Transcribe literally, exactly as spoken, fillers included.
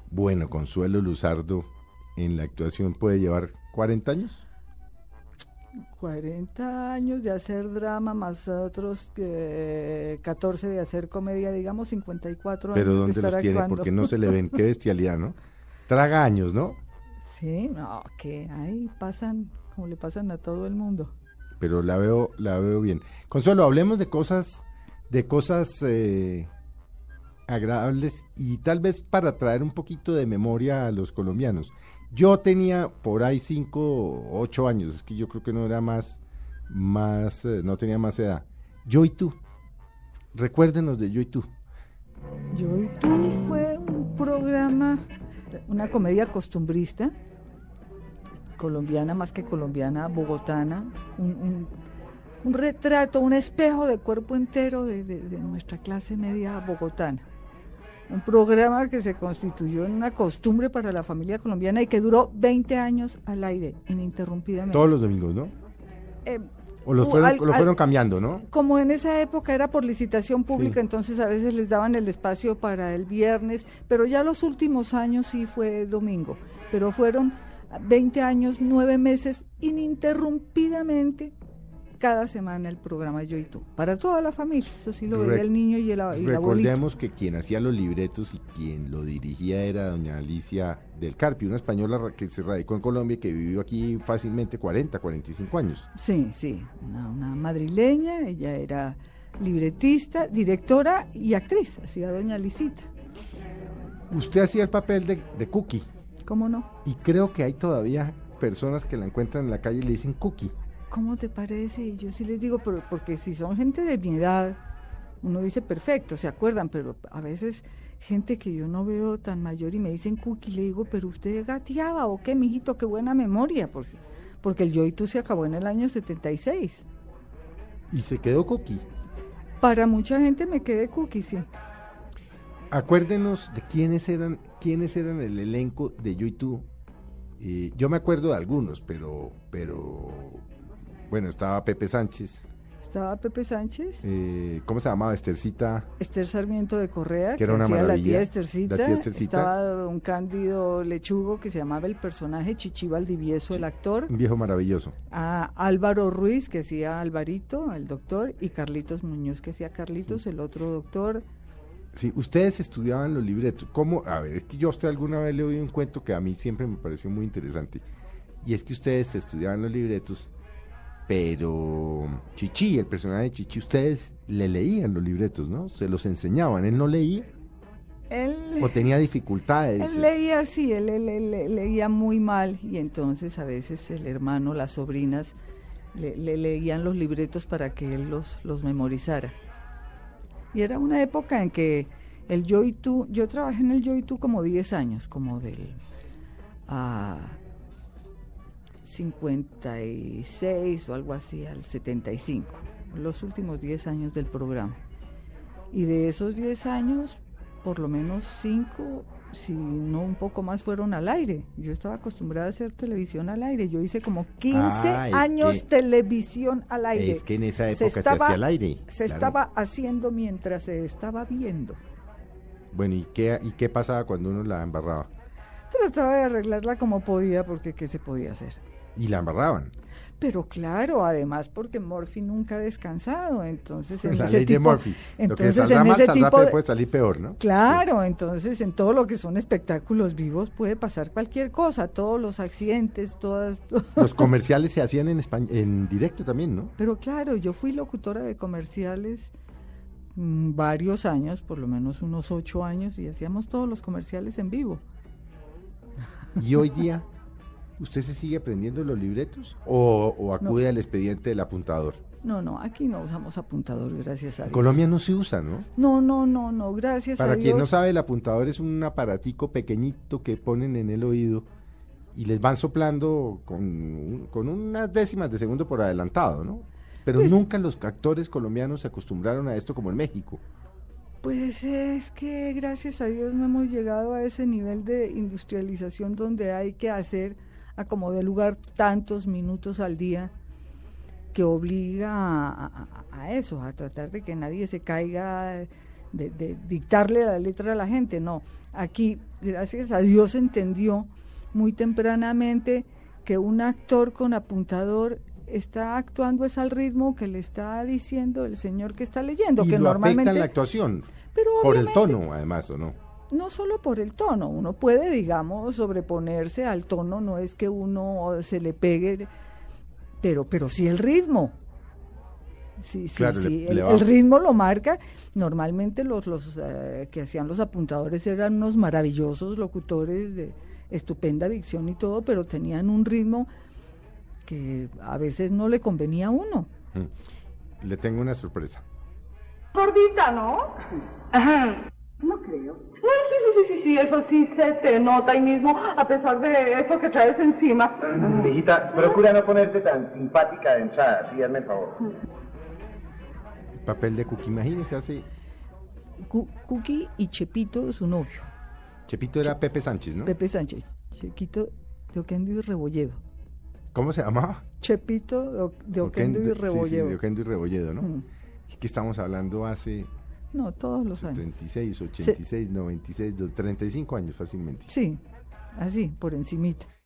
Bueno, Consuelo Luzardo en la actuación puede llevar cuarenta años. cuarenta años de hacer drama, más otros que catorce de hacer comedia, digamos cincuenta y cuatro Pero años de ¿dónde estar los tiene? actuando. Porque no se le ven, qué bestialidad, ¿no? Traga años, ¿no? Sí, no, que ahí pasan, como le pasan a todo el mundo. Pero la veo, la veo bien. Consuelo, hablemos de cosas, de cosas eh, agradables y tal vez para traer un poquito de memoria a los colombianos. Yo tenía por ahí cinco o ocho años, es que yo creo que no era más, más, eh, no tenía más edad. Yo y tú, recuérdenos de Yo y tú. Yo y tú fue un programa, una comedia costumbrista, colombiana más que colombiana, bogotana, un, un, un retrato, un espejo de cuerpo entero de, de, de nuestra clase media bogotana. Un programa que se constituyó en una costumbre para la familia colombiana y que duró veinte años al aire, ininterrumpidamente. Todos los domingos, ¿no? Eh, o los fueron, al, lo fueron al, cambiando, ¿no? Como en esa época era por licitación pública, sí. Entonces a veces les daban el espacio para el viernes, pero ya los últimos años sí fue domingo, pero fueron veinte años, nueve meses, ininterrumpidamente, cada semana el programa Yo y tú, para toda la familia, eso sí lo veía Re el niño y el, y el abuelito. Recordemos que quien hacía los libretos y quien lo dirigía era doña Alicia del Carpio, una española que se radicó en Colombia y que vivió aquí fácilmente cuarenta, cuarenta y cinco años. Sí, sí, una, una madrileña, ella era libretista, directora y actriz, hacía doña Alicita. Usted hacía el papel de, de Cookie. ¿Cómo no? Y creo que hay todavía personas que la encuentran en la calle y le dicen Cookie. ¿Cómo te parece? Y yo sí les digo, pero porque si son gente de mi edad, uno dice perfecto, se acuerdan, pero a veces gente que yo no veo tan mayor y me dicen Cookie, le digo, pero usted gateaba o qué, mijito, qué buena memoria, porque, porque el Yo y tú se acabó en el año setenta y seis. ¿Y se quedó Cookie? Para mucha gente me quedé Cookie, sí. Acuérdenos de quiénes eran, quiénes eran el elenco de Yo y tú. Eh, yo me acuerdo de algunos, pero, pero bueno, estaba Pepe Sánchez. Estaba Pepe Sánchez. Eh, ¿Cómo se llamaba? Estercita. Esther Sarmiento de Correa, que, que era una maravilla. La tía Estercita. La tía Estercita. Estaba un Cándido Lechugo que se llamaba el personaje, Chichi Valdivieso, sí, el actor. Un viejo maravilloso. A Álvaro Ruiz, que hacía Alvarito, el doctor, y Carlitos Muñoz, que hacía Carlitos, sí, el otro doctor. Sí, ustedes estudiaban los libretos. ¿Cómo? A ver, es que yo a usted alguna vez le oí un cuento que a mí siempre me pareció muy interesante. Y es que ustedes estudiaban los libretos, pero Chichi, el personaje de Chichi, ustedes le leían los libretos, ¿no? Se los enseñaban. ¿Él no leía? Él, ¿O tenía dificultades? Él leía, sí, él, él, él, él leía muy mal y entonces a veces el hermano, las sobrinas, le, le leían los libretos para que él los, los memorizara. Y era una época en que el Yo y tú, yo trabajé en el Yo y tú como diez años, como del a cincuenta y seis o algo así al setenta y cinco, los últimos diez años del programa. Y de esos diez años, por lo menos cinco, si no un poco más, fueron al aire. Yo estaba acostumbrada a hacer televisión al aire. Yo hice como quince ah, años que, televisión al aire. Es que en esa época se, estaba, se hacía al aire. Se claro. estaba haciendo mientras se estaba viendo. Bueno, ¿y qué, y qué pasaba cuando uno la embarraba? Trataba de arreglarla como podía, porque ¿qué se podía hacer? Y la embarraban. Pero claro, además porque Murphy nunca ha descansado, entonces en la ese ley tipo, de Murphy, entonces lo que saldrá en mal, ese saldrá, tipo de, puede salir peor, ¿no? Claro, sí. Entonces en todo lo que son espectáculos vivos puede pasar cualquier cosa, todos los accidentes, todas. Los comerciales se hacían en España, en directo también, ¿no? Pero claro, yo fui locutora de comerciales mmm, varios años, por lo menos unos ocho años, y hacíamos todos los comerciales en vivo. Y hoy día, ¿usted se sigue aprendiendo los libretos o, o acude no. al expediente del apuntador? No, no, aquí no usamos apuntador, gracias a Dios. En Colombia no se usa, ¿no? No, no, no, no, gracias Para a Dios. Para quien no sabe, el apuntador es un aparatico pequeñito que ponen en el oído y les van soplando con, con unas décimas de segundo por adelantado, ¿no? Pero pues, nunca los actores colombianos se acostumbraron a esto como en México. Pues es que gracias a Dios no hemos llegado a ese nivel de industrialización donde hay que hacer a como de lugar tantos minutos al día que obliga a, a, a eso, a tratar de que nadie se caiga de, de dictarle la letra a la gente, no. Aquí, gracias a Dios, entendió muy tempranamente que un actor con apuntador está actuando es al ritmo que le está diciendo el señor que está leyendo, y que lo normalmente afecta en la actuación, pero por el obviamente, tono, además, ¿o no? No solo por el tono, uno puede, digamos, sobreponerse al tono, no es que uno se le pegue, pero, pero sí el ritmo. Sí, sí, Claro, sí. le- el, le va- el ritmo lo marca. Normalmente los, los eh, que hacían los apuntadores eran unos maravillosos locutores de estupenda dicción y todo, pero tenían un ritmo que a veces no le convenía a uno. Mm. Le tengo una sorpresa. Gordita, ¿no? Ajá. No creo. No, sí, sí, sí, sí, sí, eso sí se te nota ahí mismo, a pesar de eso que traes encima. Hijita, procura no ponerte tan simpática de entrada, sí, hazme el favor. El papel de Cookie, imagínese, hace... Cu- Cookie y Chepito, su novio, Chepito era Pepe Sánchez, ¿no? Pepe Sánchez, Chequito de Oquendo y Rebolledo. ¿Cómo se llamaba? Chepito de, O- de Oquendo y Oquendo, sí, sí, Rebolledo. de Oquendo y Rebolledo, ¿no? Mm. Es que estamos hablando hace No, todos los años. setenta y seis, ochenta y seis, noventa y seis, treinta y cinco años fácilmente. Sí, así, por encimita.